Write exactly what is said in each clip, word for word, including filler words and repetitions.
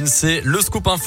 une, c'est le Scoop Info.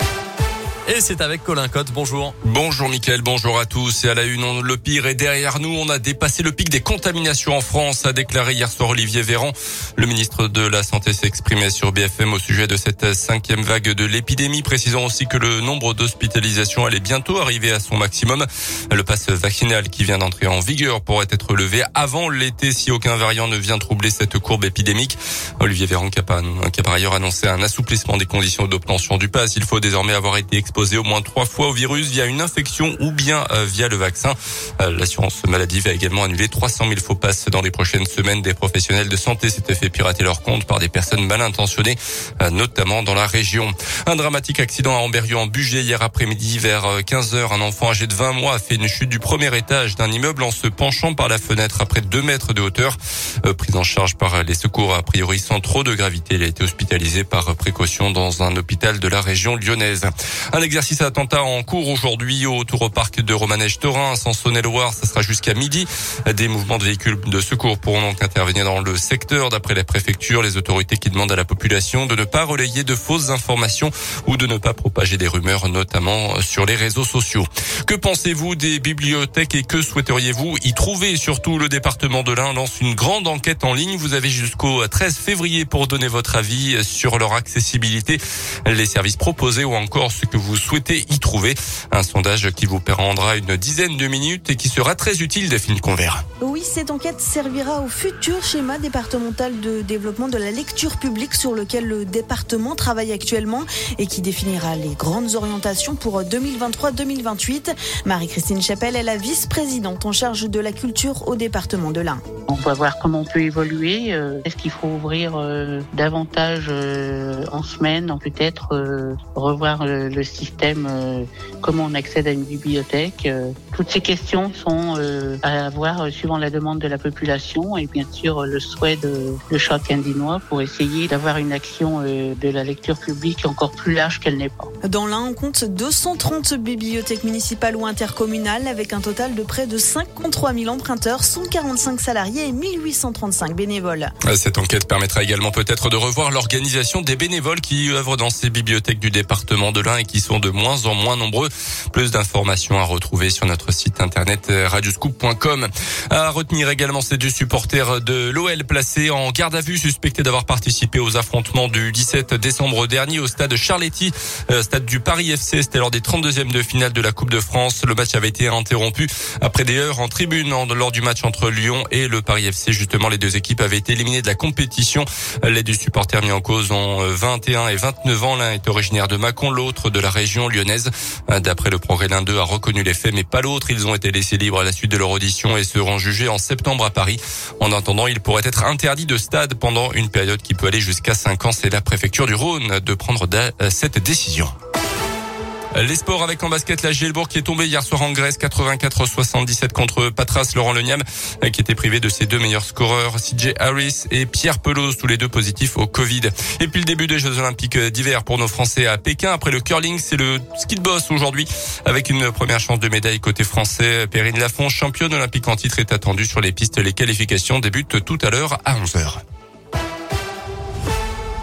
Et c'est avec Colin Cotte. Bonjour. Bonjour Mickaël, bonjour à tous. Et à la une, on, le pire est derrière nous. On a dépassé le pic des contaminations en France, a déclaré hier soir Olivier Véran. Le ministre de la Santé s'exprimait sur B F M au sujet de cette cinquième vague de l'épidémie, précisant aussi que le nombre d'hospitalisations allait bientôt arriver à son maximum. Le pass vaccinal qui vient d'entrer en vigueur pourrait être levé avant l'été si aucun variant ne vient troubler cette courbe épidémique. Olivier Véran qui a, pas, qui a par ailleurs annoncé un assouplissement des conditions d'obtention du pass. Il faut désormais avoir été exposé Exposé au moins trois fois au virus via une infection ou bien euh, via le vaccin. Euh, l'assurance maladie va également annuler trois cent mille faux passes dans les prochaines semaines. Des professionnels de santé s'étaient fait pirater leur compte par des personnes mal intentionnées, euh, notamment dans la région. Un dramatique accident à Ambérieu en Bugey hier après-midi vers quinze heures. Un enfant âgé de vingt mois a fait une chute du premier étage d'un immeuble en se penchant par la fenêtre après deux mètres de hauteur. Euh, pris en charge par les secours a priori sans trop de gravité. Il a été hospitalisé par précaution dans un hôpital de la région lyonnaise. Un exercice à attentat en cours aujourd'hui au Touroparc de Romanèche-Thorin, en Saône-et-Loire. Ça sera jusqu'à midi. Des mouvements de véhicules de secours pourront donc intervenir dans le secteur. D'après la préfecture, les autorités qui demandent à la population de ne pas relayer de fausses informations ou de ne pas propager des rumeurs, notamment sur les réseaux sociaux. Que pensez-vous des bibliothèques et que souhaiteriez-vous y trouver? Surtout, le département de l'Ain lance une grande enquête en ligne. Vous avez jusqu'au treize février pour donner votre avis sur leur accessibilité, les services proposés ou encore ce que vous souhaitez y trouver. Un sondage qui vous prendra une dizaine de minutes et qui sera très utile, Delphine Convert. Oui, cette enquête servira au futur schéma départemental de développement de la lecture publique sur lequel le département travaille actuellement et qui définira les grandes orientations pour deux mille vingt-trois deux mille vingt-huit. Marie-Christine Chapelle est la vice-présidente en charge de la culture au département de l'Ain. On va voir comment on peut évoluer. Est-ce qu'il faut ouvrir euh, davantage euh, en semaine, peut-être euh, revoir le, le système, euh, comment on accède à une bibliothèque. Euh, toutes ces questions sont euh, à avoir euh, suivant la demande de la population et bien sûr euh, le souhait de, de chaque Indinois pour essayer d'avoir une action euh, de la lecture publique encore plus large qu'elle n'est pas. Dans l'Ain, on compte deux cent trente bibliothèques municipales ou intercommunales avec un total de près de cinquante-trois mille emprunteurs, cent quarante-cinq salariés et mille huit cent trente-cinq bénévoles. Cette enquête permettra également peut-être de revoir l'organisation des bénévoles qui œuvrent dans ces bibliothèques du département de l'Ain et qui sont de moins en moins nombreux. Plus d'informations à retrouver sur notre site internet radioscoop point com. À retenir également ces deux supporters de l'O L placés en garde à vue, suspectés d'avoir participé aux affrontements du dix-sept décembre dernier au stade Charletti, stade du Paris F C. C'était lors des trente-deuxièmes de finale de la Coupe de France. Le match avait été interrompu après des heures en tribune lors du match entre Lyon et le Paris F C. Justement, les deux équipes avaient été éliminées de la compétition. Les deux supporters mis en cause ont vingt et un et vingt-neuf ans. L'un est originaire de Mâcon, l'autre de la région lyonnaise. D'après le progrès, l'un d'eux a reconnu les faits, mais pas l'autre. Ils ont été laissés libres à la suite de leur audition et seront jugés en septembre à Paris. En attendant, ils pourraient être interdits de stade pendant une période qui peut aller jusqu'à cinq ans. C'est la préfecture du Rhône de prendre cette décision. Les sports avec en basket, la Gielbourg qui est tombée hier soir en Grèce, quatre-vingt-quatre à soixante-dix-sept contre Patras. Laurent Leniam qui était privé de ses deux meilleurs scoreurs, C J Harris et Pierre Pelouse, tous les deux positifs au Covid. Et puis le début des Jeux Olympiques d'hiver pour nos Français à Pékin. Après le curling, c'est le ski de boss aujourd'hui avec une première chance de médaille côté français. Perrine Lafont, championne olympique en titre, est attendue sur les pistes. Les qualifications débutent tout à l'heure à onze heures.